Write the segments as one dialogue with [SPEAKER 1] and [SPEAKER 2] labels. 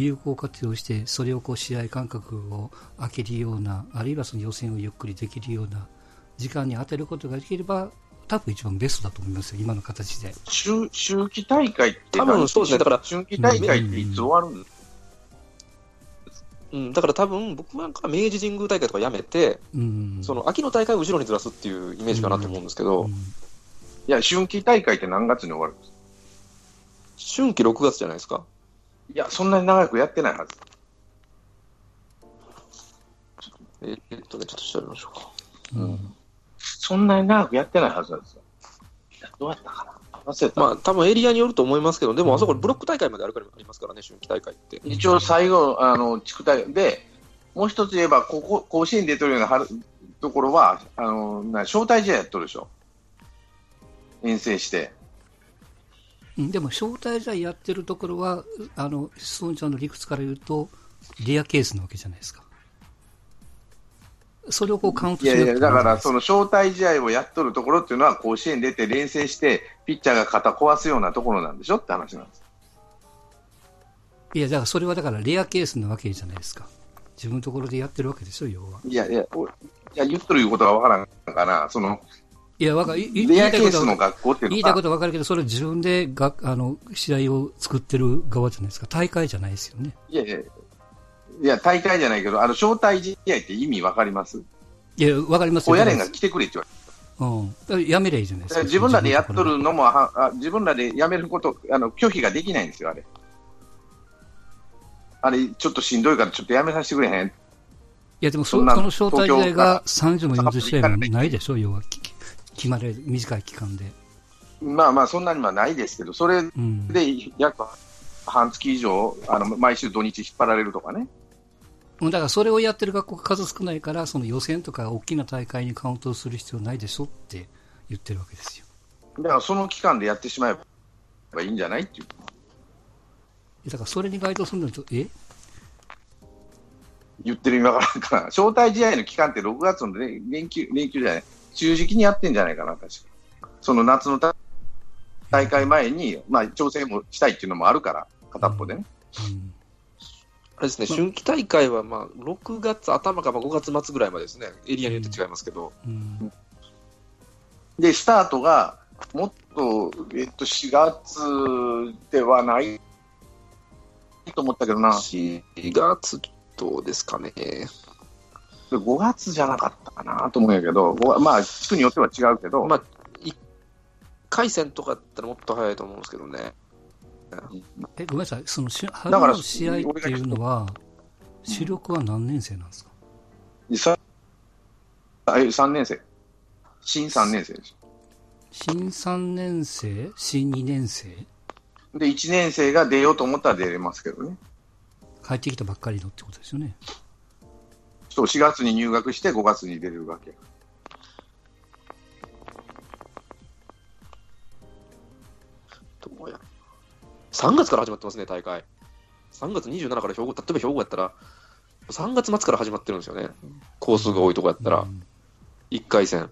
[SPEAKER 1] 有効活用して、それをこう試合間隔を空けるような、あるいはその予選をゆっくりできるような時間に当てることができれば、多分一番ベストだと思いますよ、今の形で。
[SPEAKER 2] 秋季大会って、
[SPEAKER 3] 多分そうですね、だから
[SPEAKER 2] 春季大会っていつ終わるんですか？
[SPEAKER 3] だから多分僕なんか明治神宮大会とかやめて、その秋の大会を後ろにずらすっていうイメージかなと思うんですけど、
[SPEAKER 2] いや、春季大会って何月に終わるんですか？
[SPEAKER 3] 春季6月じゃないですか。
[SPEAKER 2] いや、そんなに長くやってないはず。
[SPEAKER 3] ちょっと調べましょうか。
[SPEAKER 2] そんなに長くやってないはずなんですよ。どうやったかな、忘れた。
[SPEAKER 3] まあ、多分エリアによると思いますけど、でもあそこブロック大会まであるからありますからね、春季大会って。
[SPEAKER 2] 一応最後、地区大会で、もう一つ言えば、甲子園に出てるようなところは、招待試合やっとるでしょ。遠征して。
[SPEAKER 1] でも招待試合やってるところは、質問者の理屈から言うと、レアケースなわけじゃないですか。それをこうカウントしなくてもいいんじゃないですか。
[SPEAKER 2] だからその招待試合をやっとるところっていうのは、甲子園出て連戦して、ピッチャーが肩壊すようなところなんでしょって話なんです。
[SPEAKER 1] いや、だからそれはだからレアケースなわけじゃないですか。自分のところでやってるわけでしょ、要は。
[SPEAKER 2] いや、言っとることがわからんかな。
[SPEAKER 1] いや、
[SPEAKER 2] レアケースの学校っていうのは
[SPEAKER 1] 言いたいことはわかるけど、それ自分で試合を作ってる側じゃないですか。大会じゃないですよね。
[SPEAKER 2] いや、大会じゃないけど、招待試合って意味わかります？
[SPEAKER 1] いや、わかりますよ。
[SPEAKER 2] 親連が来てくれって言われる。
[SPEAKER 1] やめりゃいいじゃないですか。
[SPEAKER 2] 自分らでやっとるのも、自分らでやめること、拒否ができないんですよ、あれ。あれ、ちょっとしんどいから、ちょっとやめさせてくれへん。
[SPEAKER 1] いや、でもその招待試合が30も40試合もないでしょ、要は。決まる短い期間で。
[SPEAKER 2] まあまあ、そんなにはないですけど、それで約半月以上、毎週土日引っ張られるとかね。
[SPEAKER 1] だからそれをやってる学校が数少ないから、その予選とか大きな大会にカウントする必要ないでしょって言ってるわけですよ。
[SPEAKER 2] だからその期間でやってしまえばいいんじゃないっていう。
[SPEAKER 1] だからそれに該当するのと、
[SPEAKER 2] 言ってる意味わからんから、招待試合の期間って6月の連休じゃない、中時期にやってんじゃないかな、確か。その夏の大会前に、まあ、調整もしたいっていうのもあるから、片っぽでね。
[SPEAKER 3] あれですね、春季大会はまあ6月頭か5月末ぐらいまでですね、エリアによって違いますけど。
[SPEAKER 2] で、スタートがもっと、4月ではないと思ったけどな。
[SPEAKER 3] 4月どうですかね。
[SPEAKER 2] 5月じゃなかったかなと思うんやけど、まあ、地区によっては違うけど、
[SPEAKER 3] まあ、1回戦とかだったらもっと早いと思うんですけどね。
[SPEAKER 1] ごめんなさい、その春の試合っていうのは、主力は何年生なんですか
[SPEAKER 2] ？3年生。新3年生です。
[SPEAKER 1] 新3年生？新2年生？
[SPEAKER 2] で、1年生が出ようと思ったら出れますけどね。
[SPEAKER 1] 帰ってきたばっかりのってことですよね。
[SPEAKER 2] そう、4月に入学して5月に出れるわけ。
[SPEAKER 3] どうや3月から始まってますね、大会。3月27から例えば兵庫やったら、3月末から始まってるんですよね。コースが多いとこやったら、1回戦。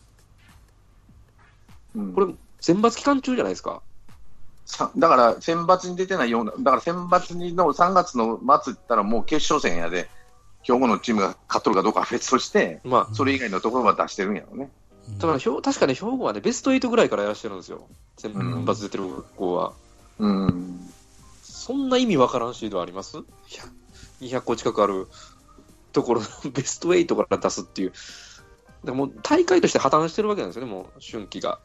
[SPEAKER 3] これ、選抜期間中じゃないですか。
[SPEAKER 2] だから選抜に出てないような、だから選抜の3月の末ったらもう決勝戦やで、兵庫のチームが勝っとるかどうかは別として、まあ、それ以外のところは出してるんやろうね。
[SPEAKER 3] だから確かに兵庫はね、ベスト8ぐらいからやらしてるんですよ。選抜出てる学校は。そんな意味わからんシードあります？ 200 校近くあるところのベスト8から出すっていう。でも大会として破綻してるわけなんですよね、もう春季が。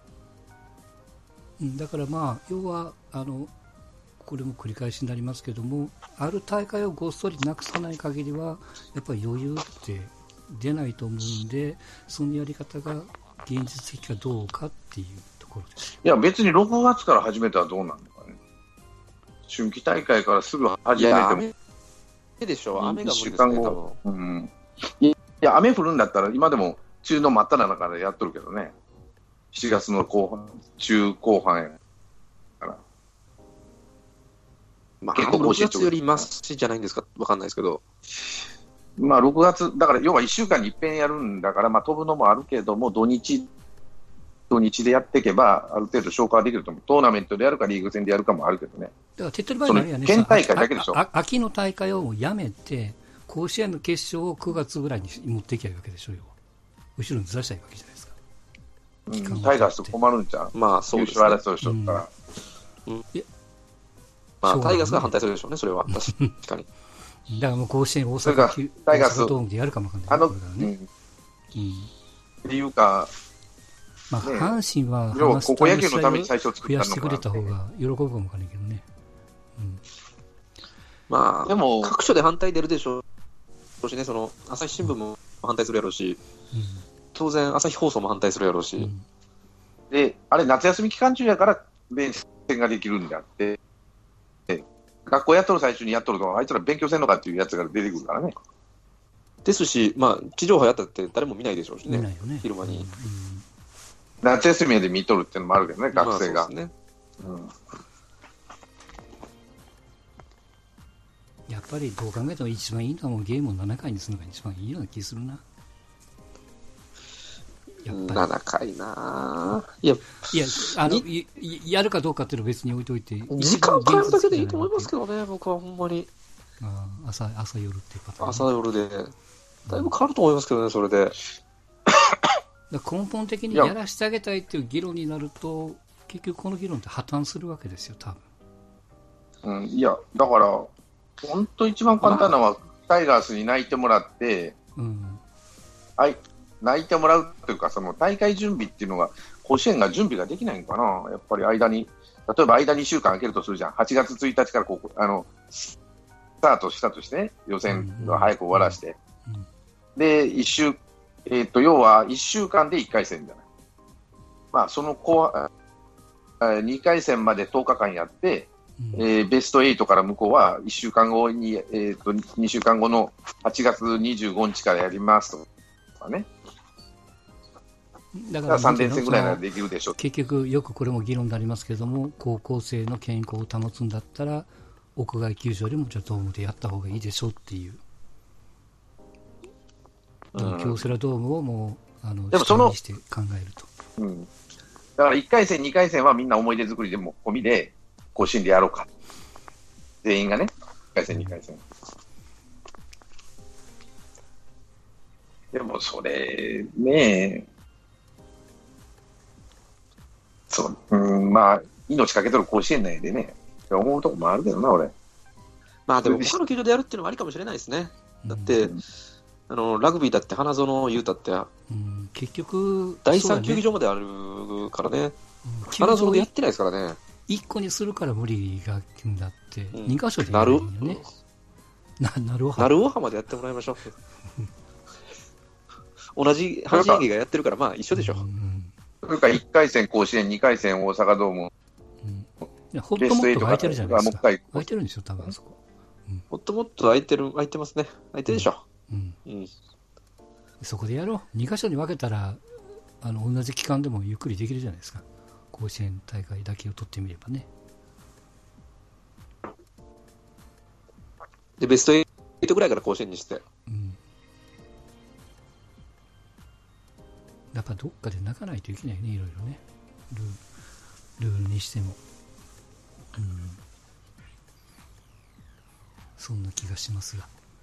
[SPEAKER 1] だからまあ、要はこれも繰り返しになりますけども、ある大会をごっそりなくさない限りは、やっぱり余裕って出ないと思うんで、そのやり方が現実的かどうかっていうところです。
[SPEAKER 2] いや、別に6月から始めたらどうなのかね。春季大会からすぐ始めても。
[SPEAKER 3] 雨でしょ、雨が無理ですね、多分。
[SPEAKER 2] いや、雨降るんだったら、今でも梅雨の真っ只中でやっとるけどね。7月の中後半やから。
[SPEAKER 3] まあ、結構6月よりマシじゃないんですか、わかんないですけど。
[SPEAKER 2] まあ、6月、だから要は1週間に一遍やるんだから、まあ、飛ぶのもあるけども、土日土日でやっていけば、ある程度消化できると思う。トーナメントでやるか、リーグ戦でやるかもあるけどね。
[SPEAKER 1] だから手っ取り早いのあれやね、
[SPEAKER 2] 県大会だけでしょ。
[SPEAKER 1] 秋の大会をもうやめて、甲子園の決勝を9月ぐらいに持っていけばいいわけでしょうよ。後ろにずらしたいわけじゃないですか。
[SPEAKER 2] タイガースと困るんじゃん。
[SPEAKER 3] まあ、そうですね。
[SPEAKER 2] 優勝争いしとったら。
[SPEAKER 3] まあ、タイガースが反対するでしょうね、それは。確かに。
[SPEAKER 1] だからもう甲子園、大阪
[SPEAKER 2] タイガース
[SPEAKER 1] ドームでやるかもわかんないね。
[SPEAKER 2] っていうか、
[SPEAKER 1] まあ、阪神は
[SPEAKER 2] 要は高校野球のために最初作ったのかな。
[SPEAKER 1] 増やしてくれた方が喜ぶかもわかんないけどね。
[SPEAKER 3] まあ、でも各所で反対出るでしょうしね、その朝日新聞も反対するやろうし、当然、朝日放送も反対するやろうし。
[SPEAKER 2] で、あれ、夏休み期間中やから連戦ができるんであって、学校やっとる最初にやっとると、あいつら勉強せんのかっていうやつが出てくるからね。
[SPEAKER 3] ですし、まあ、地上波やったって誰も見ないでしょうしね、昼間に。
[SPEAKER 2] 夏休みで見とるっていうのもあるけどね、学生が。そうですね。
[SPEAKER 1] やっぱりどう考えても一番いいのはもうゲームを7回にするのが一番いいような気するな。
[SPEAKER 3] やっぱり7回なぁ。いや、
[SPEAKER 1] やるかどうかっていうのは別に置いといて。
[SPEAKER 3] 時間変えるだけでいいと思いますけどね、僕はほんまに。
[SPEAKER 1] 朝夜っていうパターン、
[SPEAKER 3] 朝夜で。だいぶ変わると思いますけどね、それで。
[SPEAKER 1] 根本的にやらせてあげたいっていう議論になると、結局この議論って破綻するわけですよ、多
[SPEAKER 2] 分。いや、だから、本当一番簡単なのは、タイガースに泣いてもらって、泣いてもらうというか、その大会準備っていうのが、甲子園が準備ができないのかな、やっぱり間に、例えば間2週間空けるとするじゃん、8月1日からスタートしたとしてね、予選が早く終わらして、で、要は1週間で1回戦じゃない。まあ、その2回戦まで10日間やって、ベスト8から向こうは1週間後に、2週間後の8月25日からやりますとかね。だから3連戦ぐらいならできるでしょう。
[SPEAKER 1] 結局、よくこれも議論になりますけれども、高校生の健康を保つんだったら、屋外球場よりもじゃあドームでやった方がいいでしょうっていう。京セラドームをもう
[SPEAKER 2] でもその
[SPEAKER 1] して考えると。
[SPEAKER 2] だから1回戦、2回戦はみんな思い出作りでも込みで、甲子園でやろうか。全員がね、1回戦、2回戦。でもそれね、まあ、命かけとる甲子園内でね、思うとこもあるけどな、俺。
[SPEAKER 3] まあでも、他の球場でやるっていうのもありかもしれないですね。だって、ラグビーだって花園雄太って、
[SPEAKER 1] 結局、
[SPEAKER 3] 第3球技場まであるからね、花園でやってないですからね。
[SPEAKER 1] 1個にするから無理がきんだって、2箇所でやるんよね。鳴
[SPEAKER 3] 尾浜でやってもらいましょう。同じ阪神園芸がやってるから、まあ一緒でしょ。
[SPEAKER 2] それから1回戦甲子園、2回戦大阪ドーム。
[SPEAKER 1] ホットモットが空いてるじゃないですか。空いてるんですよ、多分あそこ。
[SPEAKER 3] ホットモット空いてますね。空いてるでしょ。
[SPEAKER 1] そこでやろう。2箇所に分けたら、同じ期間でもゆっくりできるじゃないですか。甲子園大会だけを取ってみればね。
[SPEAKER 3] で、ベスト8ぐらいから甲子園にして。
[SPEAKER 1] やっぱどっかで泣かないといけないね、いろいろね。ルールにしても。そんな気がしますが。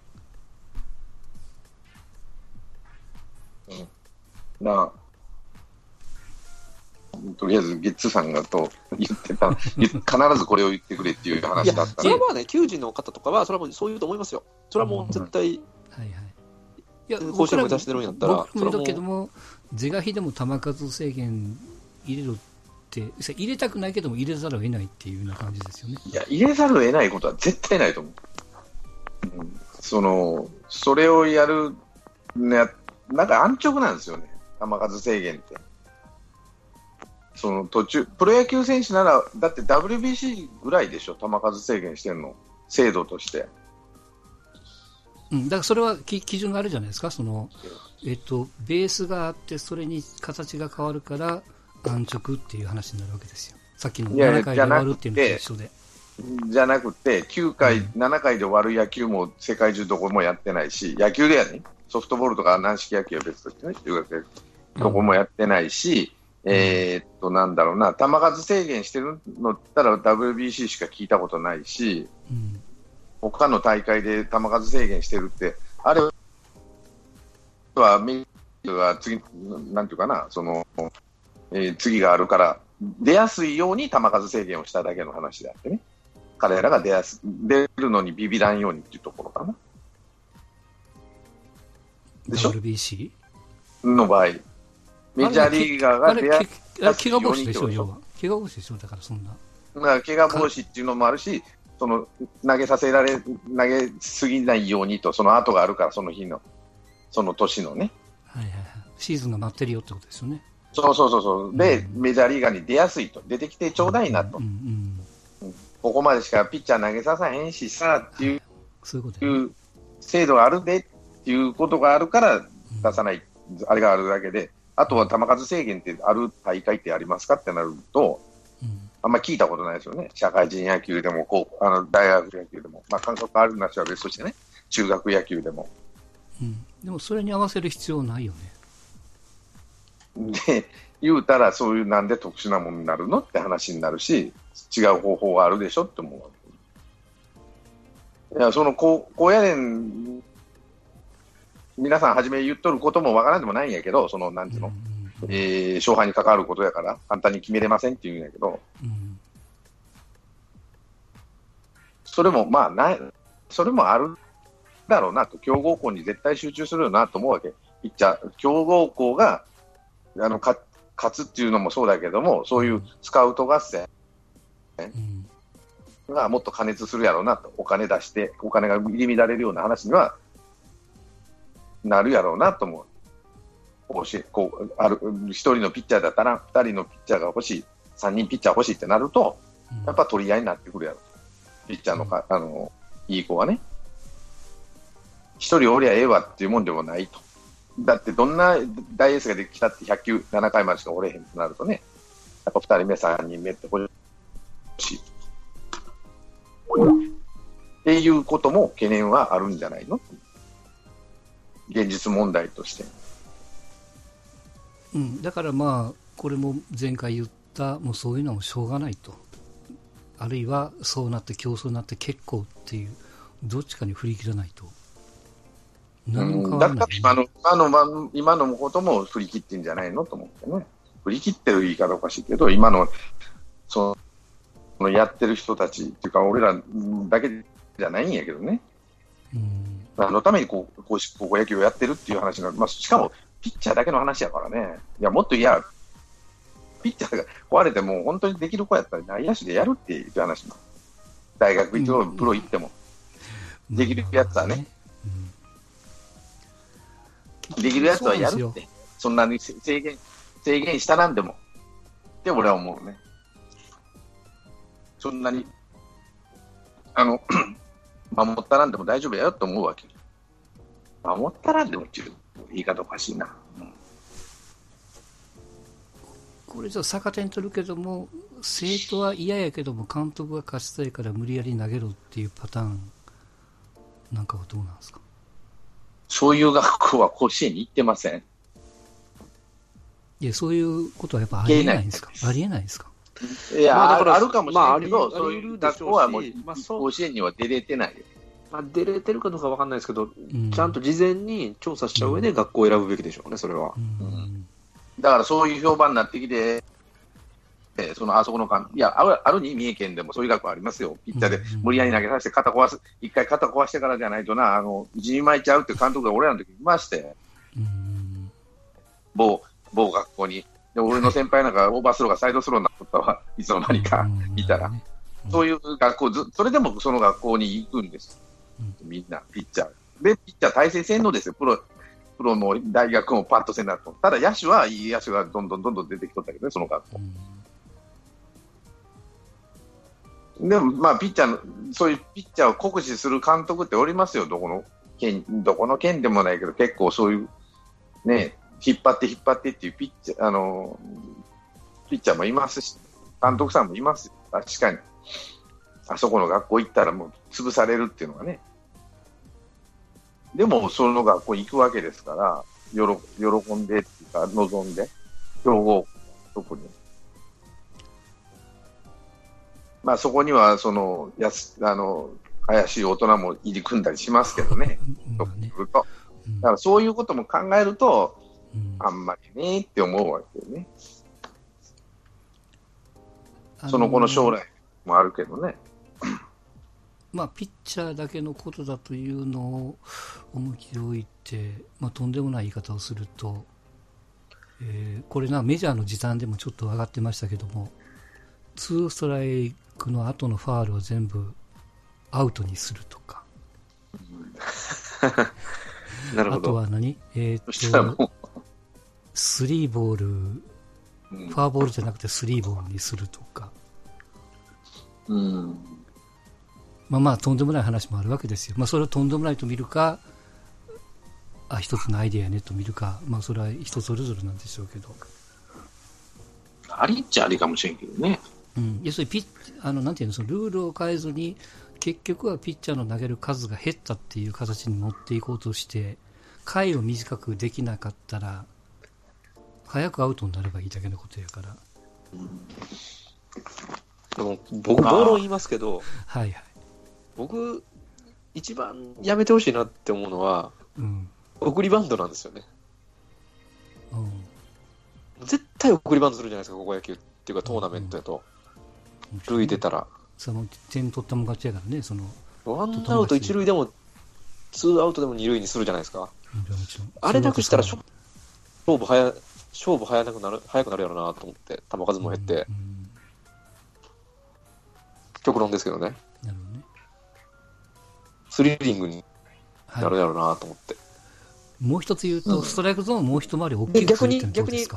[SPEAKER 2] とりあえずゲッツーさんがと言ってた必ずこれを言ってくれっていう話だった
[SPEAKER 3] それはまあね、球児の方とかはそれはもうそう言うと思いますよ。それはもう絶対、甲子園目指してるんやったら、
[SPEAKER 1] 僕もだけども是が非でも球数制限入れろって入れたくないけども入れざるを得ないっていうような感じですよね。
[SPEAKER 2] いや、入れざるを得ないことは絶対ないと思う。それをやるね、なんか安直なんですよね、球数制限って。その途中、プロ野球選手なら、だって WBC ぐらいでしょ、球数制限してるの、制度として。
[SPEAKER 1] だからそれは基準があるじゃないですか、ベースがあって、それに形が変わるから安直っていう話になるわけですよ。さっきの7回で終わるっていうのと一緒で。
[SPEAKER 2] じゃなくて、9回、7回で終わる野球も世界中どこもやってないし、野球ではね、ソフトボールとか軟式野球は別としてね、中学でどこもやってないし、 なんだろうな、球数制限してるのったら WBC しか聞いたことないし、他の大会で球数制限してるって、あれはメジャーが次、なんていうかな、次があるから、出やすいように球数制限をしただけの話であってね、彼らが出るのにビビらんようにっていうところかな。でしょ
[SPEAKER 1] WBC?
[SPEAKER 2] の場合。メジャーリーガーが出やすいように。
[SPEAKER 1] 怪我防止でしょ、要は。怪我防止でしょ、だからそんな。
[SPEAKER 2] だから怪我防止っていうのもあるし、投げすぎないようにと、その後があるから、その日の、その年のね。
[SPEAKER 1] はいはいはい。シーズンが待ってるよってことですよね。
[SPEAKER 2] そう。で、メジャーリーガーに出やすいと。出てきてちょうだいなと。ここまでしかピッチャー投げさせへんしさ、っていう、
[SPEAKER 1] そういうことね。
[SPEAKER 2] 制度があるでっていうことがあるから出さない、あれがあるだけで、あとは球数制限ってある大会ってありますかってなると、あんまり聞いたことないですよね。社会人野球でも、大学野球でも、感覚あるなしは別としてね、中学野球でも。
[SPEAKER 1] でもそれに合わせる必要ないよ
[SPEAKER 2] ね。で、言うたらそういうなんで特殊なものになるのって話になるし、違う方法があるでしょって思うわけ。いや、高野連、皆さん初め言っとることもわからんでもないんやけど、なんていうの、勝敗に関わることやから簡単に決めれませんって言うんやけど、それもそれもあるだろうなと、強豪校に絶対集中するよなと思うわけ。ピッチャー、強豪校が勝つっていうのもそうだけども、そういうスカウト合戦がもっと過熱するやろうなと、お金出してお金が入り乱れるような話にはなるやろうなと思う。一人のピッチャーだったら2人のピッチャーが欲しい、3人ピッチャー欲しいってなると、やっぱ取り合いになってくるやろ。ピッチャーのいい子はね、一人おりゃええわっていうもんでもないと。だってどんな大エースができたって100球7回までしかおれへんとなるとね、やっぱ2人目3人目って欲しいっていうことも懸念はあるんじゃないの、現実問題として。
[SPEAKER 1] だからこれも前回言ったもうそういうのもしょうがないと、あるいはそうなって競争になって結構っていうどっちかに振り切らないと何も変わらない、ね、
[SPEAKER 2] だから今のことも振り切ってんじゃないのと思ってね。振り切ってる言い方おかしいけど、今のやってる人たちっていうか俺らだけじゃないんやけどね、のために高校野球をやってるっていう話が、しかもピッチャーだけの話やからね。いや、もっとピッチャーが壊れても本当にできる子やったら内野手でやるっていう話も、大学行ってもプロ行ってもできるやつはね、できるやつはやるって、そんなに制限したなんでもって俺は思うね。そんなに守ったらんでも大丈夫やよと思うわけ。守ったらんでもっていう言い方おかしいな。
[SPEAKER 1] これじゃ逆手に取るけども、生徒は嫌やけども監督が勝ちたいから無理やり投げろっていうパターンなんかはどうなんですか。
[SPEAKER 2] そういう学校は甲子園に行ってません。
[SPEAKER 1] いや、そういうことはやっぱありえないんですか。ありえないですか。
[SPEAKER 2] いや、あるかもしれないけど、そういう学校はもう甲子園には出れてないよ。
[SPEAKER 3] 出れてるかどうかわかんないですけど、ちゃんと事前に調査した上で学校を選ぶべきでしょうね、それは。
[SPEAKER 2] だからそういう評判になってきて、あそこのいや、あるに三重県でもそういう学校ありますよ。ピッチャーで無理やり投げさせて一回肩壊してからじゃないとな、一人前ちゃうって監督が俺らの時にいまして、某学校に。で、俺の先輩なんかオーバースローがサイドスローになったわ、いつの間にか見たら。そういう学校、それでもその学校に行くんです。みんな、ピッチャー。で、ピッチャー対戦せんのですよ。プロも大学もパッとせんなと。ただ野手はいい野手がどんどん出てきとったけどね、その学校。でも、ピッチャーそういうピッチャーを酷使する監督っておりますよ。どこの県でもないけど、結構そういうね、引っ張ってっていうピッチャーもいますし、監督さんもいますよ。確かに。あそこの学校行ったらもう潰されるっていうのがね。でも、その学校行くわけですから、喜んでっていうか、望んで、強豪特に。まあそこには怪しい大人も入り組んだりしますけどね。だからそういうことも考えると、あんまりねって思うわけよね。その後の将来もあるけどね。
[SPEAKER 1] まあ、ピッチャーだけのことだというのを重きを置いて、まあ、とんでもない言い方をすると、これメジャーの時短でもちょっと上がってましたけども、2ストライクの後のファウルを全部アウトにするとか。
[SPEAKER 3] なるほど。
[SPEAKER 1] あとは何スリーボール、フォアボールじゃなくてスリーボールにするとか。まあとんでもない話もあるわけですよ。まあそれをとんでもないと見るか、一つのアイデアやねと見るか、まあそれは人それぞれなんでしょうけど。
[SPEAKER 2] ありっちゃありかもしれんけどね。
[SPEAKER 1] 要するになんていうの、そのルールを変えずに、結局はピッチャーの投げる数が減ったっていう形に持っていこうとして、回を短くできなかったら、早くアウトになればいいだけのことやから。
[SPEAKER 3] でも僕、暴論言いますけど、
[SPEAKER 1] はいはい。
[SPEAKER 3] 僕、一番やめてほしいなって思うのは、送りバントなんですよね。絶対送りバントするじゃないですか、高校野球っていうかトーナメントやと。塁出たら。
[SPEAKER 1] その点取ったもん勝ちやからね、
[SPEAKER 3] ワンアウト一塁でも、ツーアウトでも二塁にするじゃないですか。あれなくしたら勝負早くなるやろうなと思って、球数も減って。極論ですけどね。
[SPEAKER 1] なるほどね。
[SPEAKER 3] スリリングになるやろうなと思って。
[SPEAKER 1] もう一つ言うと、ストライクゾーンをもう一回り大きくするってどうですか？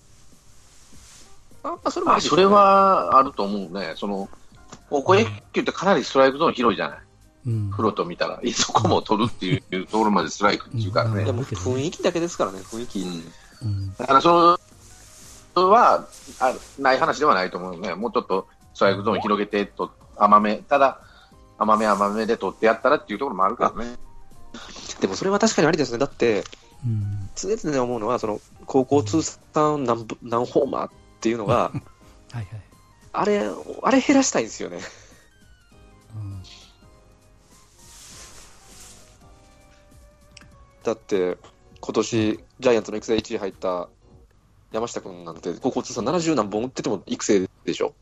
[SPEAKER 2] それはあると思うね。高校野球ってかなりストライクゾーン広いじゃない。プロと見たら、そこも取るっていうところまでストライクっていうからね。
[SPEAKER 3] でも雰囲気だけですからね、雰囲気。
[SPEAKER 2] だからそれはない話ではないと思うね。もうちょっとストライクゾーン広げて甘めで取ってやったらっていうところもあるからね。
[SPEAKER 3] でもそれは確かにありですね。だって、常々思うのは、高校通算何ホーマーっていうのが、
[SPEAKER 1] はいはい、
[SPEAKER 3] あれ減らしたいんですよね。だって、今年、ジャイアンツの育成1位入った山下君なんて、高校通算70何本打ってても育成でしょ。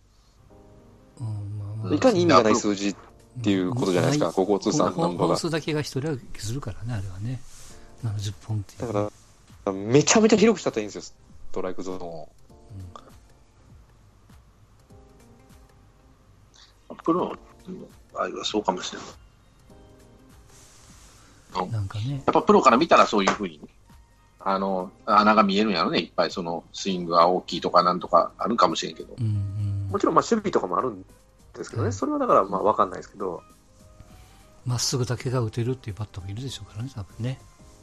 [SPEAKER 3] いかに意味がない数字っていうことじゃないですか、高校通算何本が。
[SPEAKER 1] 本数だけが一人は削るからね、あれはね。70本っていう。
[SPEAKER 3] だから、めちゃめちゃ広くしたっていいんですよ、ストライクゾーンを。
[SPEAKER 2] プロの場合はそうかもしれない。
[SPEAKER 1] なんかね、
[SPEAKER 2] やっぱプロから見たらそういうふうに穴が見えるんやろね。いっぱいスイングが大きいとかなんとかあるかもしれんけど、
[SPEAKER 3] もちろん守備とかもあるんですけどね、それはだから分かんないですけど、
[SPEAKER 1] まっすぐだけが打てるっていうバッターもいるでしょうからね、多分ね。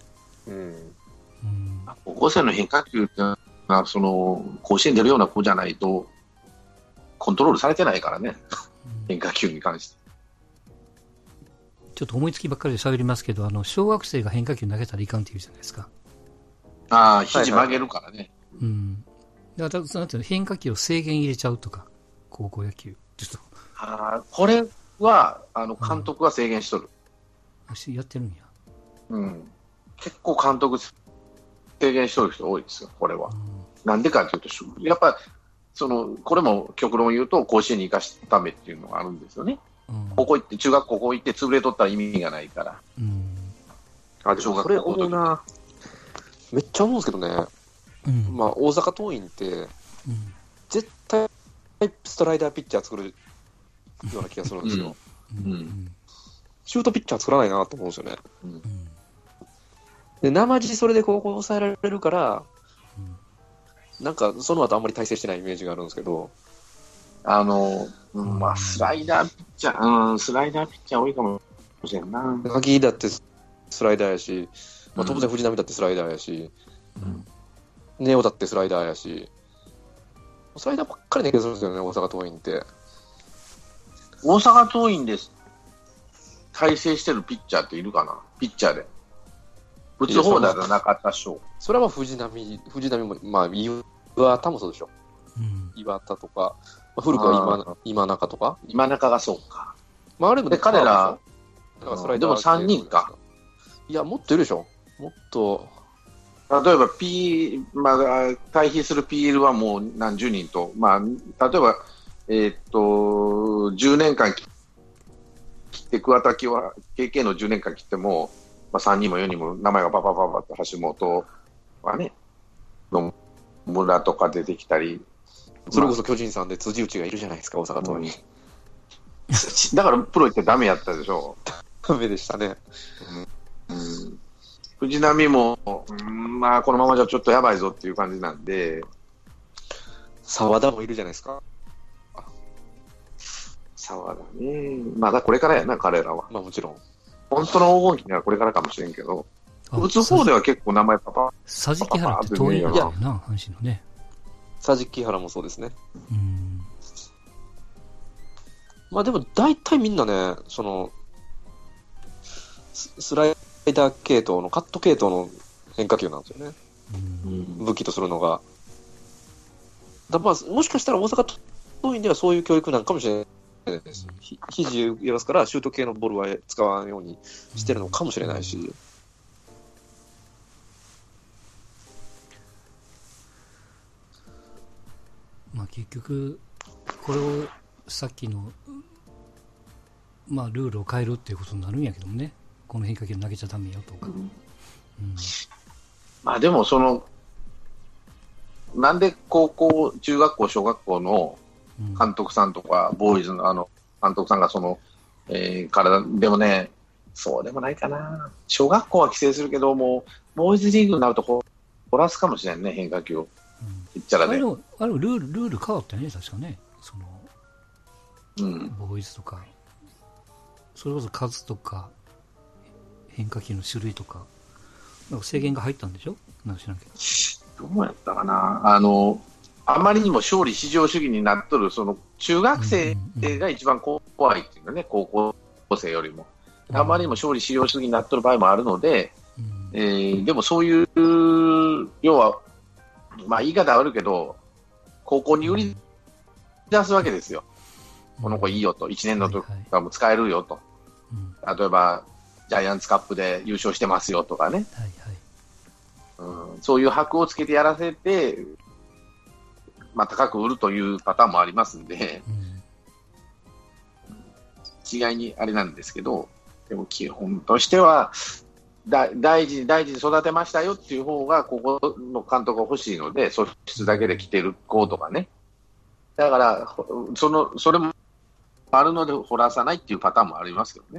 [SPEAKER 2] 高校生の変化球ってのは甲子園出るような子じゃないとコントロールされてないからね、変化球に関して。
[SPEAKER 1] ちょっと思いつきばっかりで喋りますけど、小学生が変化球投げたらいかんって言うじゃないですか。
[SPEAKER 2] 肘曲げるからね。
[SPEAKER 1] だからなんていうの、変化球を制限入れちゃうとか、高校野球ちょっ
[SPEAKER 2] と。これは監督が制限しとる。
[SPEAKER 1] やってるんや。
[SPEAKER 2] 結構監督制限しとる人多いですよ、これは。なんでかというと、やっぱこれも極論言うと甲子園に生かすためっていうのがあるんですよね。ここ行って中学校行って潰れとったら意味がないから。
[SPEAKER 3] 小学校それ思うな。めっちゃ思うんですけどね。まあ大阪桐蔭って、絶対ストライダーピッチャー作るような気がするんですよ。シュートピッチャー作らないなと思うんですよね。で生地それでこう抑えられるから、なんかその後あんまり大成してないイメージがあるんですけど。
[SPEAKER 2] スライダーピッチャー多いかもしれんな。
[SPEAKER 3] 鍵だってスライダーやし、当然藤浪だってスライダーやし、ネオだってスライダーやし、スライダーばっかりで気がするんですよね、大阪桐蔭って。
[SPEAKER 2] 大阪桐蔭で大成してるピッチャーっているかな、ピッチャーで。打つ方ではなかったっしょ。
[SPEAKER 3] それは藤浪も、まあ、岩田もそうでしょ。 岩田とか、まあ、古くは今中とか。
[SPEAKER 2] 今中がそうか。
[SPEAKER 3] まあ、あれも
[SPEAKER 2] で、彼ら、
[SPEAKER 3] で
[SPEAKER 2] も3人か。
[SPEAKER 3] いや、もっといるでしょ。もっと。
[SPEAKER 2] 例えば、対比する PL はもう何十人と、まあ、例えば、10年間切って、桑田は、KK の10年間切っても、まあ、3人も4人も名前がパパパパって橋本はね、野村とか出てきたり。
[SPEAKER 3] それこそ巨人さんで辻内がいるじゃないですか、大阪桐蔭。
[SPEAKER 2] だからプロ行ってダメやったでしょ。
[SPEAKER 3] ダメでしたね。
[SPEAKER 2] 藤浪も、まあ、このままじゃちょっとやばいぞっていう感じなんで。
[SPEAKER 3] 沢田もいるじゃないですか。
[SPEAKER 2] 沢田ね。まだこれからやな、彼らは。
[SPEAKER 3] まあもちろん。
[SPEAKER 2] 本当の黄金期はこれからかもしれんけど、打つ方では結構名前パパ。
[SPEAKER 1] 佐治木原って遠いやつやな、阪神のね。
[SPEAKER 3] 佐治木原もそうですね。まあでも大体みんなね、その、スライダー系統の、カット系統の変化球なんですよね。武器とするのが。まあ、もしかしたら大阪桐蔭ではそういう教育なんかもしれないです。肘揺らすからシュート系のボールは使わないようにしてるのかもしれないし。
[SPEAKER 1] まあ結局、これをさっきの、まあルールを変えるっていうことになるんやけどもね。この変化球投げちゃダメよとか。
[SPEAKER 2] まあでもなんで高校、中学校、小学校の監督さんとか、ボーイズの監督さんが体でもね、そうでもないかな。小学校は規制するけども、ボーイズリーグになると掘らすかもしれんね、変化球を。いっちゃらね。
[SPEAKER 1] ルール変わったよね、確かね。ボーイズとか、それこそ数とか、変化球の種類とか、なんか制限が入ったんでしょ？なんか知らんけど。
[SPEAKER 2] どうやったかな。あまりにも勝利至上主義になっとる、中学生が一番怖いっていうのね、高校生よりも。あまりにも勝利至上主義になっとる場合もあるので、でもそういう、要は、まあ言い方はあるけど、高校に売り出すわけですよ。この子いいよと、1年の時からも使えるよと。例えば、ジャイアンツカップで優勝してますよとかね。そういう箔をつけてやらせて、まあ、高く売るというパターンもありますんで、一概にあれなんですけど、でも基本としては、大事に育てましたよっていう方が、ここの監督が欲しいので、素質だけで来てる子とかね。だから、それもあるので掘らさないっていうパターンもありますけどね。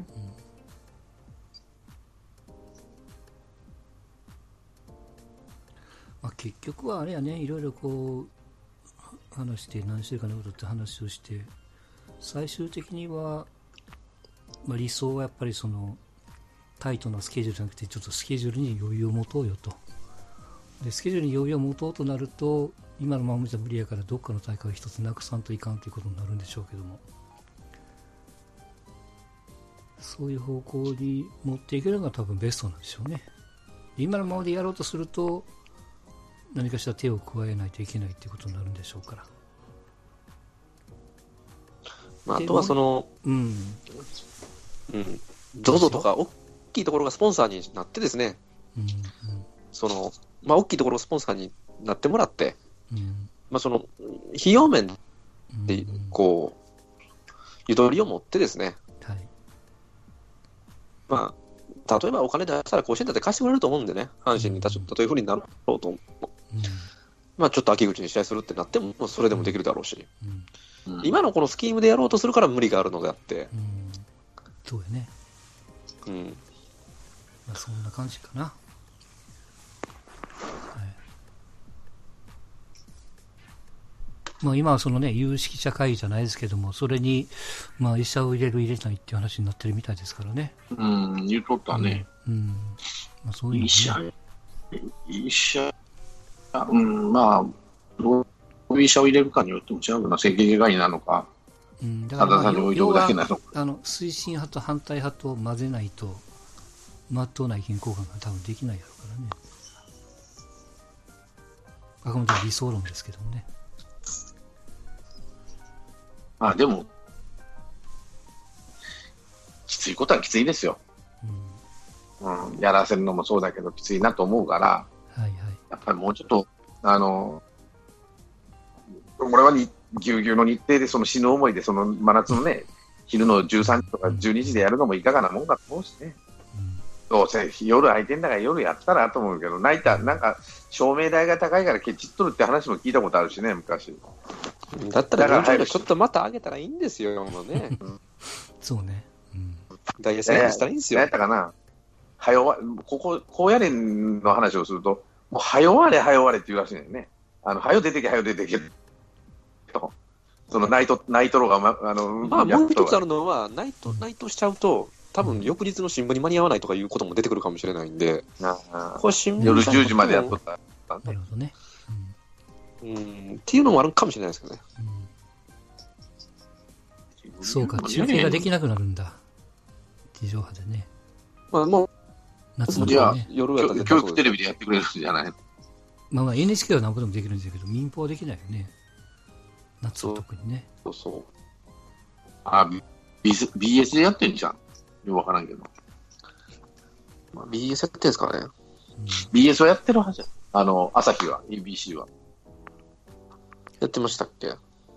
[SPEAKER 1] まあ、結局はあれやね、いろいろこう話して何週間のことって話をして、最終的には、まあ、理想はやっぱりタイトなスケジュールじゃなくて、ちょっとスケジュールに余裕を持とうよと。でスケジュールに余裕を持とうとなると、今のままじゃ無理やからどっかの大会を一つなくさんといかんということになるんでしょうけども、そういう方向に持っていけるのが多分ベストなんでしょうね。今のままでやろうとすると、何かしら手を加えないといけないということになるんでしょうから。
[SPEAKER 3] まあ、あとはZOZO とか大きいところがスポンサーになってですね、まあ、大きいところがスポンサーになってもらって、まあ、費用面でこうゆとりを持ってですね、まあ、例えばお金出したら甲子園だって貸してくれると思うんでね、阪神に例えるふうになろうと、まあ、ちょっと秋口に試合するってなっても、それでもできるだろうし、今のこのスキームでやろうとするから無理があるのであって、
[SPEAKER 1] そうやね。まあ、そんな感じかな。まあ、今は有識者会議じゃないですけども、それに、まあ、医者を入れる入れないっていう話になってるみたいですからね。
[SPEAKER 2] 言うとったね。
[SPEAKER 1] まあ、そういう
[SPEAKER 2] 医者、まあ、どういう医者を入れるかによっても違うな、整形外科医なのか、
[SPEAKER 1] だから、
[SPEAKER 2] ただに置いておくだけなのか。
[SPEAKER 1] 推進派と反対派と混ぜないと、まっとうな意見交換が多分できないやろうからね。あくまで理想論ですけどもね。
[SPEAKER 2] まあでも、きついことはきついですよ。やらせるのもそうだけど、きついなと思うから、
[SPEAKER 1] はいはい、
[SPEAKER 2] やっぱりもうちょっと、俺はぎゅうぎゅうの日程でその死ぬ思いで、その真夏のね、昼の13時とか12時でやるのもいかがなもんだと思うしね。どうせ夜空いてんだから夜やったらと思うけど、なんか照明代が高いからケチっとるって話も聞いたことあるしね、昔。
[SPEAKER 3] だったらちょっとまた上げたらいいんですよ、もうね。
[SPEAKER 1] そうね。
[SPEAKER 3] ダイヤ1000円したらいいんですよ。
[SPEAKER 2] 何やったかな、高野連の話をすると、もう早われって言うらしいんだよね。早出てけと。そのナイトロが、
[SPEAKER 3] まあ、もう一つあるのは、ナイトしちゃうと、多分翌日の新聞に間に合わないとかいうことも出てくるかもしれないんで、
[SPEAKER 2] これ新聞夜10時までやっとった。
[SPEAKER 1] なるほどね。
[SPEAKER 3] っていうのもあるかもしれないですけどね。
[SPEAKER 1] そうか、中継ができなくなるんだ。地上波でね。
[SPEAKER 3] まあもう、
[SPEAKER 1] 夏の
[SPEAKER 2] ね、夜やったら教育テレビでやってくれるんじゃない？
[SPEAKER 1] まあ NHK は何個でもできるんですけど、民放はできないよね。夏は特にね。
[SPEAKER 3] そう。
[SPEAKER 2] BS でやってんじゃん。よくわからんけど。
[SPEAKER 3] BS やってんすかね。
[SPEAKER 2] BS はやってるはずや。朝日は、ABC は。
[SPEAKER 3] やってましたっけ？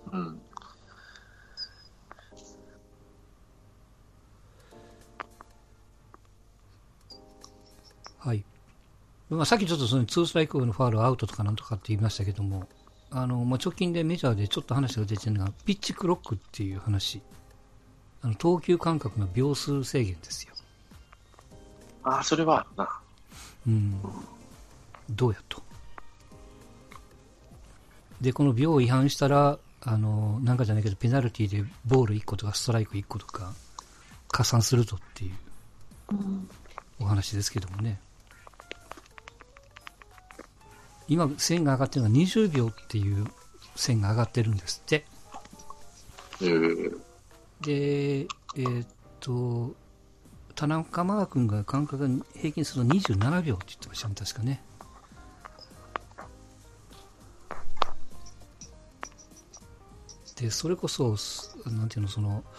[SPEAKER 1] はい。まあ、さっきちょっとその2ストライクのファウルアウトとかなんとかって言いましたけども、まあ、直近でメジャーでちょっと話が出てるのが、ピッチクロックっていう話。投球間隔の秒数制限ですよ。
[SPEAKER 2] それはな。
[SPEAKER 1] どうやと。で、この秒違反したら、なんかじゃないけど、ペナルティでボール1個とかストライク1個とか加算するとっていうお話ですけどもね。今、線が上がってるのは20秒っていう線が上がってるんですって。で、田中マー君が間隔が平均すると27秒って言ってましたね、確かね。で、それこそ、なんていうの、その、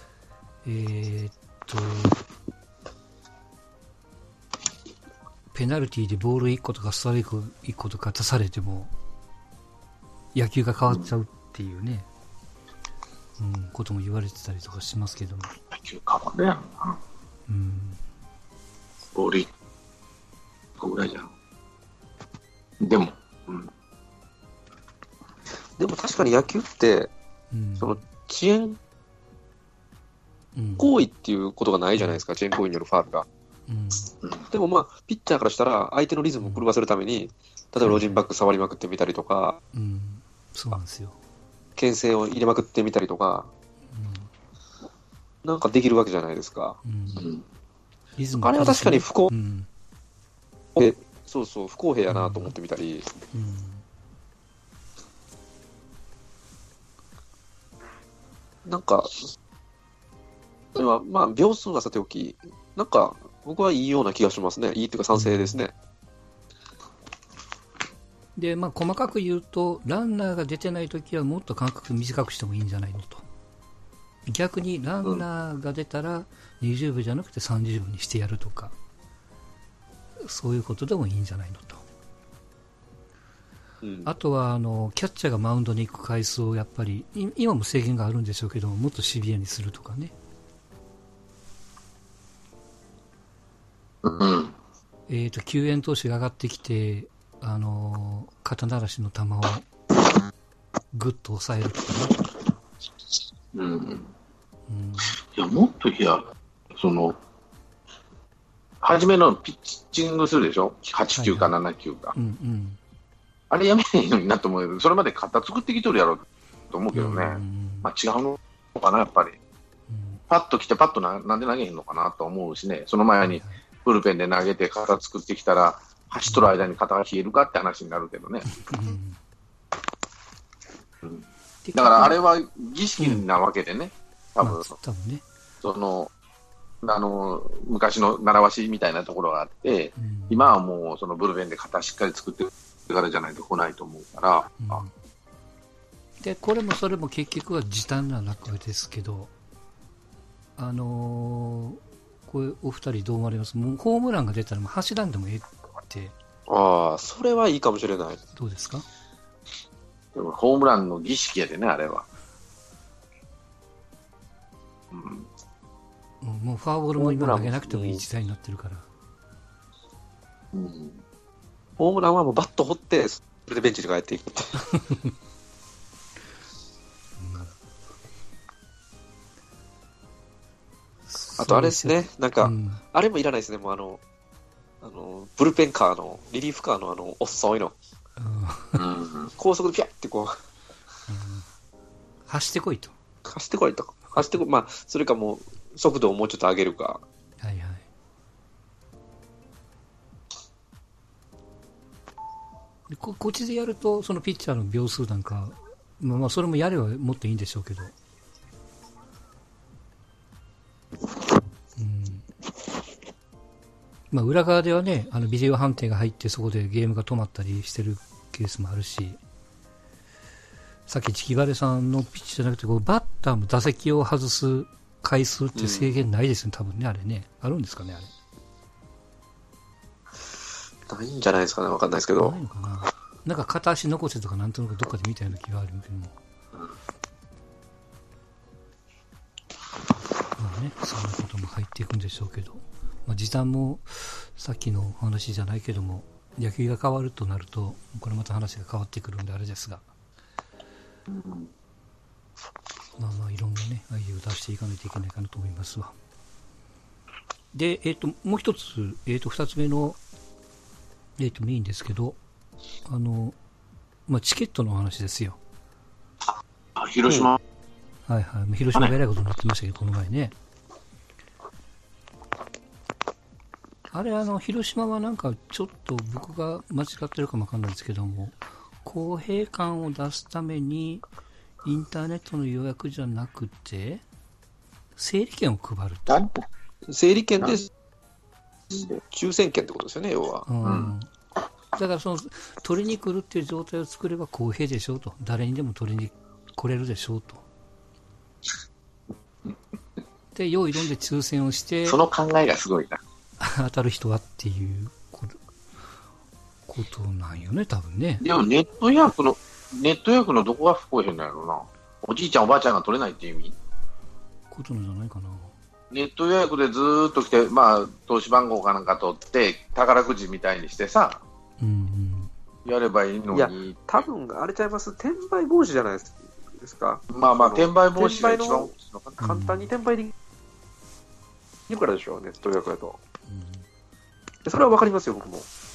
[SPEAKER 1] ペナルティでボール1個とかストライク1個とか出されても、野球が変わっちゃうっていうね、ことも言われてたりとかしますけども。
[SPEAKER 2] 野球変わるやんな。ボール1個ぐらいじゃん。でも
[SPEAKER 3] 確かに野球って、その遅延行為っていうことがないじゃないですか、遅延行為によるファウルが。でもまあ、ピッチャーからしたら、相手のリズムを狂わせるために、例えばロージンバック触りまくってみたりとか、
[SPEAKER 1] そうなんですよ。
[SPEAKER 3] 牽制を入れまくってみたりとか、なんかできるわけじゃないですか。あれは確かに不公平やなと思ってみたり、なんか、まあ、秒数はさておき、なんか、僕はいいような気がしますね。いいっていうか賛成ですね。
[SPEAKER 1] で、まあ、細かく言うと、ランナーが出てないときはもっと間隔短くしてもいいんじゃないのと。逆にランナーが出たら20秒じゃなくて30秒にしてやるとか、そういうことでもいいんじゃないのと。あとはキャッチャーがマウンドに行く回数をやっぱり今も制限があるんでしょうけどもっとシビアにするとかね。救援投手が上がってきて肩慣らしの球をグッと抑えるとかね。
[SPEAKER 2] いやもっと初めのピッチングするでしょ、8球か7球か、あれやめないのになと思うけど、それまで型作ってきとるやろと思うけどね、まあ、違うのかな、やっぱり、パッと来て、パッとなんで投げへんのかなと思うしね、その前にブルペンで投げて、型作ってきたら、走っとる間に型が消えるかって話になるけどね。だからあれは儀式なわけでね、多分
[SPEAKER 1] ね、
[SPEAKER 2] 昔の習わしみたいなところがあって、今はもうそのブルペンで型しっかり作ってからじゃないと来ないと思うから、
[SPEAKER 1] でこれもそれも結局は時短な中ですけど、これお二人どう思われます？もうホームランが出たらもう走らんでもええって。
[SPEAKER 3] ああ、それはいいかもしれない。
[SPEAKER 1] どうですか？
[SPEAKER 2] でもホームランの儀式やでね、あれは。
[SPEAKER 1] もうフォアボールも今投げなくてもいい時代になってるから。
[SPEAKER 3] ホームランはもうバット掘って、それでベンチに帰っていくって。あとあれですね、なんか、あれもいらないですね、もうブルペンカーの、リリーフカーの遅いの。高速でピャッてこう、
[SPEAKER 1] 走ってこいと。
[SPEAKER 3] 走ってこいと。走ってこい。まあ、それかもう、速度をもうちょっと上げるか。
[SPEAKER 1] はいはい。でこっちでやると、そのピッチャーの秒数なんか、まあ、それもやればもっといいんでしょうけど。まあ、裏側ではね、ビデオ判定が入ってそこでゲームが止まったりしてるケースもあるし、さっきチキバレさんのピッチじゃなくて、バッターも打席を外す回数って制限ないですね、多分ね、あれね。あるんですかね、あれ。
[SPEAKER 3] ないんじゃないですかね、わかんないですけど。
[SPEAKER 1] ないのかな。なんか片足残せとかなんとなくどっかで見たような気があるけども。まあね、そんなことも入っていくんでしょうけど。まあ、時短もさっきの話じゃないけども、野球が変わるとなると、これまた話が変わってくるんであれですが、まあまあいろんなね、アイデアを出していかないといけないかなと思いますわ。で、もう一つ、二つ目の、メインですけど、まあ、チケットの話ですよ。
[SPEAKER 2] 広島、
[SPEAKER 1] はいはい。広島がえらいことになってましたけど、この前ね。あれ、広島はなんか、ちょっと僕が間違ってるかもわかんないですけども、公平感を出すために、インターネットの予約じゃなくて、整理券を配ると。
[SPEAKER 3] 整理券で、抽選券ってことですよね、要は。
[SPEAKER 1] だから取りに来るっていう状態を作れば公平でしょうと。誰にでも取りに来れるでしょうと。で、用意どんで抽選をして、
[SPEAKER 2] その考えがすごいな。
[SPEAKER 1] 当たる人はっていうことなんよね、多分ね。
[SPEAKER 2] でもネット予約のどこが不公平なんやろうな。おじいちゃんおばあちゃんが取れないっていう意味
[SPEAKER 1] ことなんじゃないかな。
[SPEAKER 2] ネット予約でずーっと来て、まあ、投資番号かなんか取って、宝くじみたいにしてさ、やればいいのに。いや、
[SPEAKER 3] 多分あれちゃいます、転売防止じゃないですか。
[SPEAKER 2] まあまあ、転売防止が一番
[SPEAKER 3] 簡単に転売できるからでしょ、ネット予約だと。それは分かりますよ、僕も。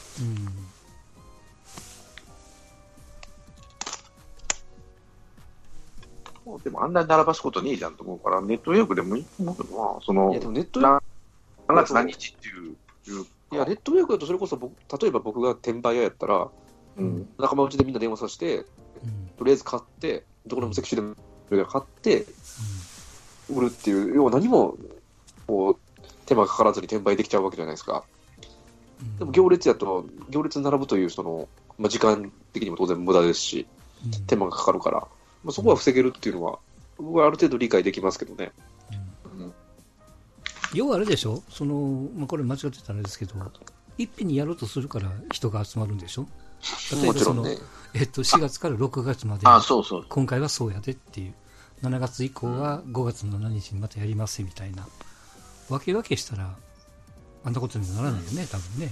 [SPEAKER 2] でもあんなに並ばすことねえじゃんと思うから、ネット予約でもいいと思うけどな、
[SPEAKER 3] いやでもネット予約
[SPEAKER 2] 何月何日っていう。
[SPEAKER 3] いや、ネット予約だとそれこそ例えば僕が転売屋やったら、仲間内でみんな電話させて、とりあえず買って、どこでもセクシーでも買って、売るっていう、要は何もこう手間かからずに転売できちゃうわけじゃないですか。でも行列やと、行列に並ぶという時間的にも当然無駄ですし、手間がかかるから、そこは防げるっていうのは、僕はある程度理解できますけどね。
[SPEAKER 1] 要はあれでしょ、これ間違ってたらあれですけど、いっぺんにやろうとするから人が集まるんでしょ。例えば4月から6月まで、今回はそうやでっていう、7月以降は5月の何日にまたやりますみたいな、分けしたら、あんなことにならないよね、多分ね。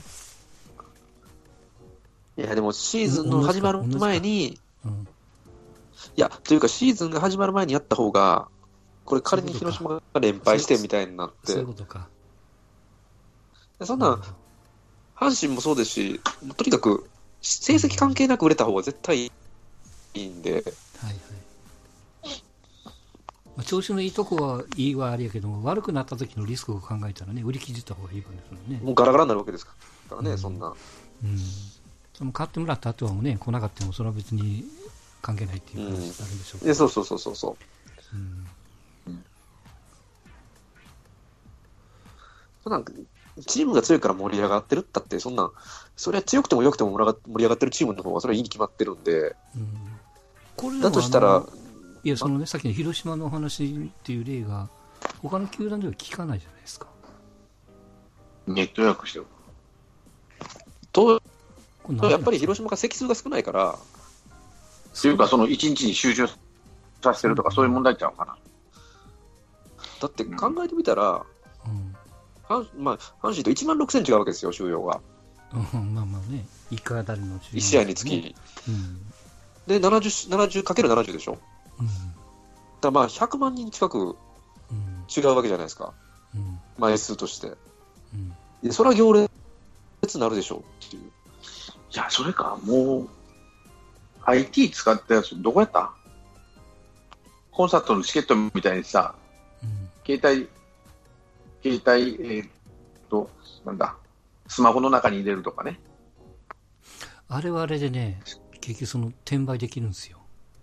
[SPEAKER 3] いや、でもシーズンの始まる前に、いや、というかシーズンが始まる前にやった方が、これ仮に広島が連敗してみたいになって、
[SPEAKER 1] そういうことか。
[SPEAKER 3] そんな、阪神もそうですし、とにかく成績関係なく売れた方が絶対いいんで。はいはい。
[SPEAKER 1] 調子のいいとこはいいはあれやけども、悪くなった時のリスクを考えたらね、売り切った方がいいわけですよね。
[SPEAKER 3] もうガラガラになるわけですからね、そんな。
[SPEAKER 1] 買ってもらった後はもね、来なかったもそれは別に関係ないっていう話になるんでしょうけ
[SPEAKER 3] ど。そう。なんかチームが強いから盛り上がってるったって、それは強くても弱くても盛り上がってるチームの方がそれはいいに決まってるんで、
[SPEAKER 1] これ
[SPEAKER 3] だとしたら、
[SPEAKER 1] いや、そのね、さっきの広島のお話っていう例が、他の球団では聞かないじゃないですか。
[SPEAKER 2] ネット予約してる。
[SPEAKER 3] やっぱり広島が席数が少ないから。
[SPEAKER 2] っていうか、その1日に集中させてるとか、そういう問題ちゃうかな。
[SPEAKER 3] だって考えてみたら、阪神と1万6000違うわけですよ、収容が。
[SPEAKER 1] まあまあね、1回あたりの
[SPEAKER 3] 1試合につき。で、70×70 でしょ。だから100万人近く違うわけじゃないですか。枚数として。それは行列になるでしょうっていう。
[SPEAKER 2] いや、それか、もう、IT 使ったやつ、どこやった？コンサートのチケットみたいにさ、携帯、なんだ、スマホの中に入れるとかね。
[SPEAKER 1] あれはあれでね、結局その転売できるんですよ。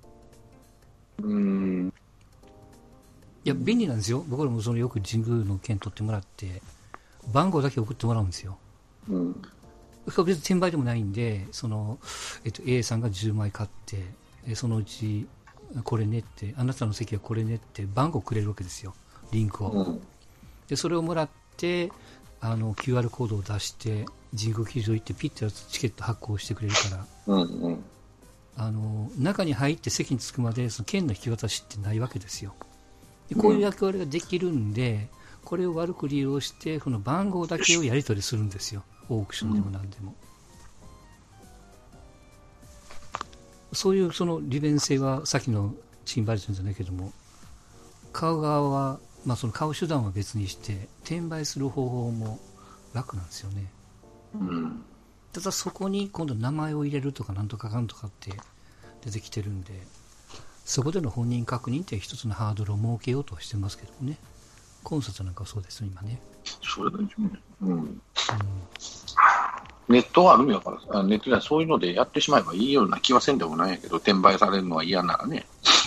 [SPEAKER 1] いや、便利なんですよ。僕らもそのよく神宮の券取ってもらって、番号だけ送ってもらうんですよ。別に転売でもないんで、その、A さんが10枚買って、そのうち、これねって、あなたの席はこれねって番号くれるわけですよ。リンクを。で、それをもらって、QR コードを出して、神宮球場行ってピッてやつチケット発行してくれるから、中に入って席に着くまで、その券の引き渡しってないわけですよ。でこういう役割ができるんで、これを悪く利用して、この番号だけをやり取りするんですよ。オークションでも何でも。そういうその利便性は、さっきのチンバリソンじゃないけども、買う側は、その買う手段は別にして、転売する方法も楽なんですよね。ただそこに今度名前を入れるとかなんとかかんとかって出てきてるんで、そこでの本人確認って一つのハードルを設けようとはしてますけどね。コンサートなんかはそうですよ、今ね。
[SPEAKER 2] それだけね。ネットはあるんやから、ネットではそういうのでやってしまえばいいような気はせんでもないんやけど、転売されるのは嫌ならね。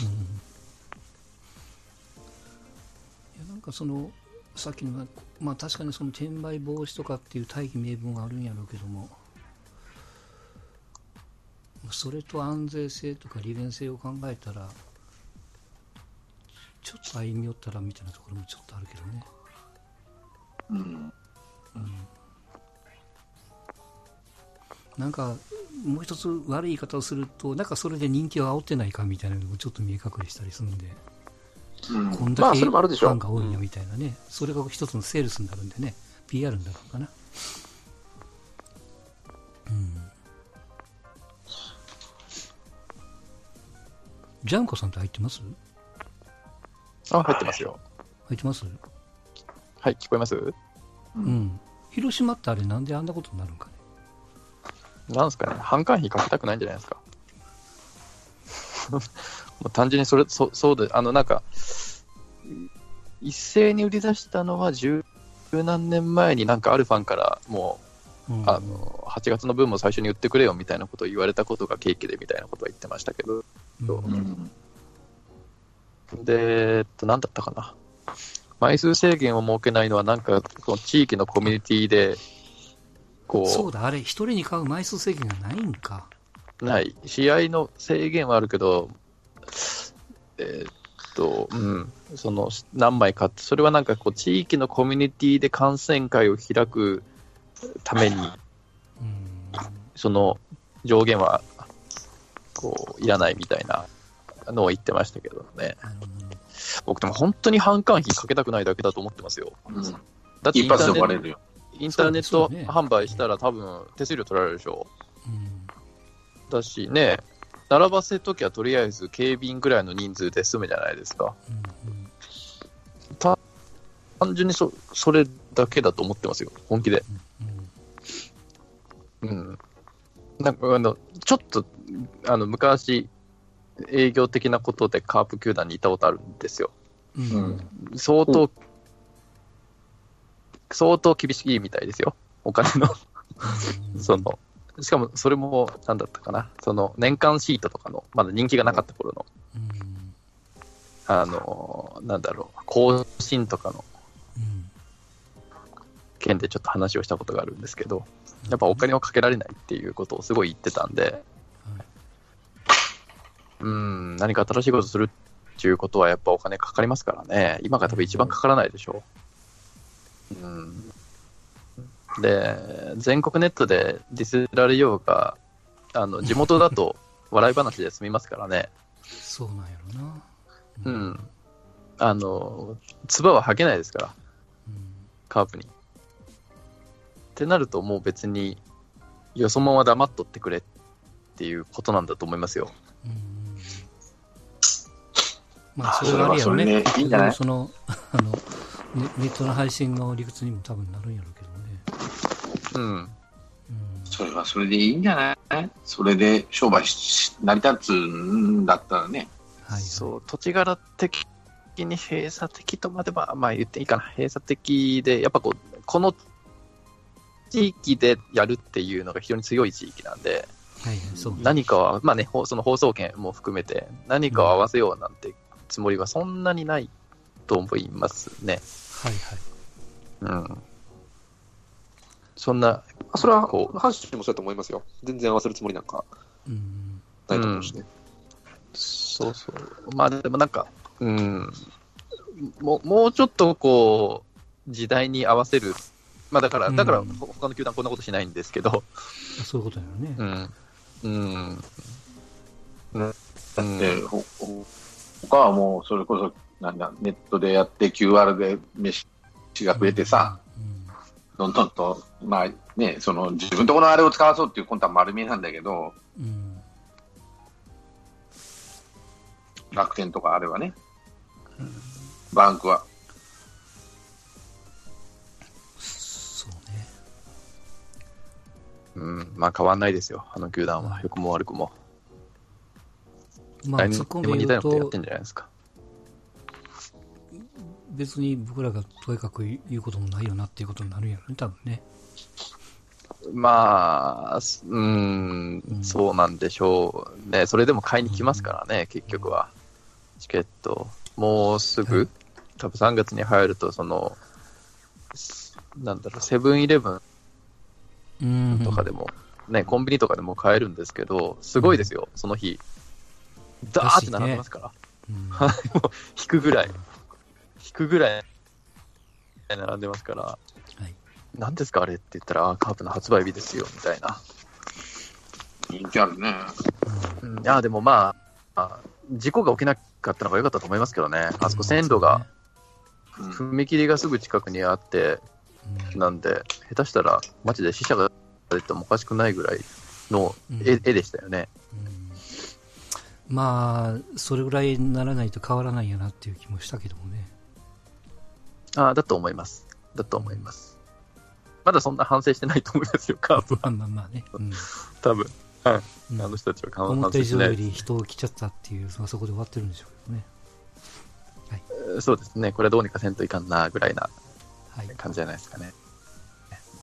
[SPEAKER 1] いや、なんかその、さっきの、確かにその転売防止とかっていう大義名分があるんやろうけども、それと安全性とか利便性を考えたら、ちょっと歩み寄ったらみたいなところもちょっとあるけどね。なんかもう一つ悪い言い方をすると、なんかそれで人気を煽ってないかみたいなのもちょっと見え隠れしたりするんで、こんだけファンが多いよみたいなね、それが一つのセールスになるんでね、PR になるのかな。ジャンコさんって入ってます？
[SPEAKER 4] 入ってますよ。
[SPEAKER 1] 入ってます？
[SPEAKER 4] はい、聞こえます？
[SPEAKER 1] 広島ってあれなんであんなことになるんかね。
[SPEAKER 4] なんですかね、販管費かけたくないんじゃないですか。もう単純にそうで、なんか、一斉に売り出したのは十何年前になんかあるファンからもう、8月の分も最初に売ってくれよみたいなことを言われたことが契機でみたいなことは言ってましたけど、で、何だったかな。枚数制限を設けないのはなんか、この地域のコミュニティで、
[SPEAKER 1] そうだ、あれ、一人に買う枚数制限がないんか。
[SPEAKER 4] ない。試合の制限はあるけど、その何枚かって、それはなんかこう、地域のコミュニティで観戦会を開くために、その上限は、いらないみたいなのを言ってましたけどね。僕でも本当に販管費かけたくないだけだと思ってますよ。だってインターネット販売したら多分手数料取られるでしょ。だしね、並ばせときはとりあえず警備員ぐらいの人数で済むじゃないですか。単純にそれだけだと思ってますよ、本気で。なんかちょっと昔営業的なことでカープ球団にいたことあるんですよ。相当厳しいみたいですよ、お金のしかもそれも何だったかな、その年間シートとかのまだ人気がなかった頃の、なんだろう、更新とかの件でちょっと話をしたことがあるんですけど、やっぱお金をかけられないっていうことをすごい言ってたんで、 何か新しいことするっていうことはやっぱお金かかりますからね。今が多分一番かからないでしょう。で、全国ネットでディスられようが、地元だと笑い話で済みますからね。
[SPEAKER 1] そうなんや
[SPEAKER 4] ろな。唾は吐けないですから、カープに。ってなるともう別に、よそまま黙っとってくれっていうことなんだと思いますよ。
[SPEAKER 1] まあ、それはあれやろね。
[SPEAKER 2] いいんじゃない？
[SPEAKER 1] ネットの配信の理屈にも多分なるんやろうけどね。
[SPEAKER 2] それはそれでいいんじゃない？それで商売成り立つんだったらね。
[SPEAKER 4] はい、そう、土地柄的に閉鎖的とまでは、まあ言っていいかな。閉鎖的で、やっぱこの地域でやるっていうのが非常に強い地域なんで、何かは、まあね、その放送権も含めて何かを合わせようなんてつもりはそんなにないと思いますね。そんな、
[SPEAKER 3] それは阪神もそうやと思いますよ。全然合わせるつもりなんかないと思うしね。
[SPEAKER 4] そうそう。まあでもなんか、もうちょっとこう時代に合わせる。まあだから他の球団こんなことしないんですけど。
[SPEAKER 1] そういうことだよね。
[SPEAKER 2] だって他はもうそれこそネットでやって QR で飯が増えてさ、どんどんとまあね、その自分のところのあれを使わそうっていう魂胆丸見えなんだけど、楽天とかあればね、バンクは。
[SPEAKER 4] まあ変わんないですよ、あの球団は。良くも悪くも。
[SPEAKER 1] まあ、突っ込んで言うと、
[SPEAKER 4] やってんじゃないですか。
[SPEAKER 1] 別に僕らがとにかく言うこともないよなっていうことになるんやろね、多分ね。
[SPEAKER 4] まあ、そうなんでしょうね。それでも買いに来ますからね、結局は。チケット。もうすぐ、多分3月に入ると、セブンイレブンとかでも、ね、コンビニとかでも買えるんですけど、すごいですよ、その日。ダーって並んでますから。引くぐらい並んでますから、何ですかあれって言ったら、カープの発売日ですよ、みたいな。
[SPEAKER 2] 人気あるね。
[SPEAKER 4] いや、でもまあ、事故が起きなかったのが良かったと思いますけどね。あそこ線路が、踏切がすぐ近くにあって、なんで、下手したら街で死者が出てもおかしくないぐらいの絵でしたよね。
[SPEAKER 1] まあ、それぐらいにならないと変わらないよなっていう気もしたけどもね。
[SPEAKER 4] だと思います。まだそんな反省してないと思いますよ、カープは。
[SPEAKER 1] まあね。
[SPEAKER 4] 多分。あの人たちは反
[SPEAKER 1] 思った以
[SPEAKER 4] 省しない。
[SPEAKER 1] 上より人を来ちゃったっていう、そこで終わってるんでしょうけどね。
[SPEAKER 4] そうですね。これはどうにかせんといかんな、ぐらいな感じじゃないですかね。